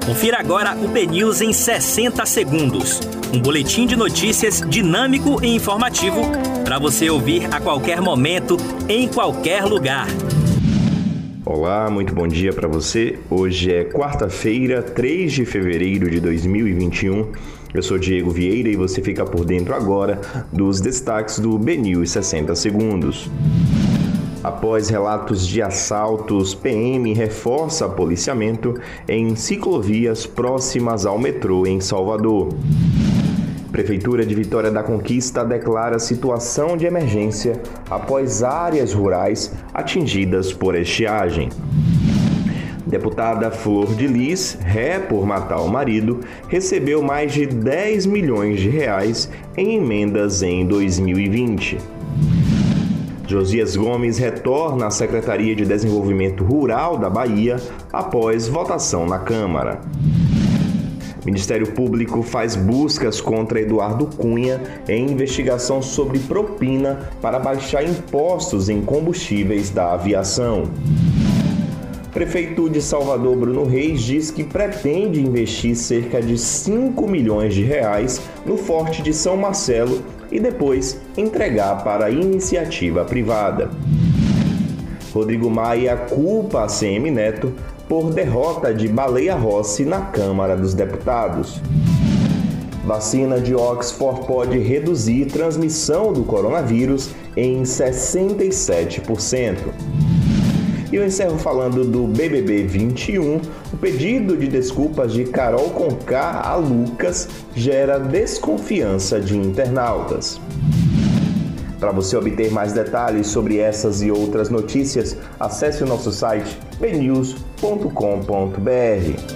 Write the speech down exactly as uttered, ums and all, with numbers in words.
Confira agora o B News em sessenta segundos. Um boletim de notícias dinâmico e informativo para você ouvir a qualquer momento, em qualquer lugar. Olá, muito bom dia para você. Hoje é quarta-feira, três de fevereiro de dois mil e vinte e um. Eu sou Diego Vieira e você fica por dentro agora dos destaques do B News sessenta segundos. Após relatos de assaltos, P M reforça policiamento em ciclovias próximas ao metrô em Salvador. Prefeitura de Vitória da Conquista declara situação de emergência após áreas rurais atingidas por estiagem. Deputada Flor de Lis, ré por matar o marido, recebeu mais de dez milhões de reais em emendas em dois mil e vinte. Josias Gomes retorna à Secretaria de Desenvolvimento Rural da Bahia após votação na Câmara. Ministério Público faz buscas contra Eduardo Cunha em investigação sobre propina para baixar impostos em combustíveis da aviação. Prefeito de Salvador, Bruno Reis, diz que pretende investir cerca de cinco milhões de reais no Forte de São Marcelo e depois entregar para a iniciativa privada. Rodrigo Maia culpa a C M Neto por derrota de Baleia Rossi na Câmara dos Deputados. Vacina de Oxford pode reduzir transmissão do coronavírus em sessenta e sete por cento. E eu encerro falando do B B B vinte e um. O pedido de desculpas de Carol Conká a Lucas gera desconfiança de internautas. Para você obter mais detalhes sobre essas e outras notícias, acesse o nosso site b news ponto com ponto b r.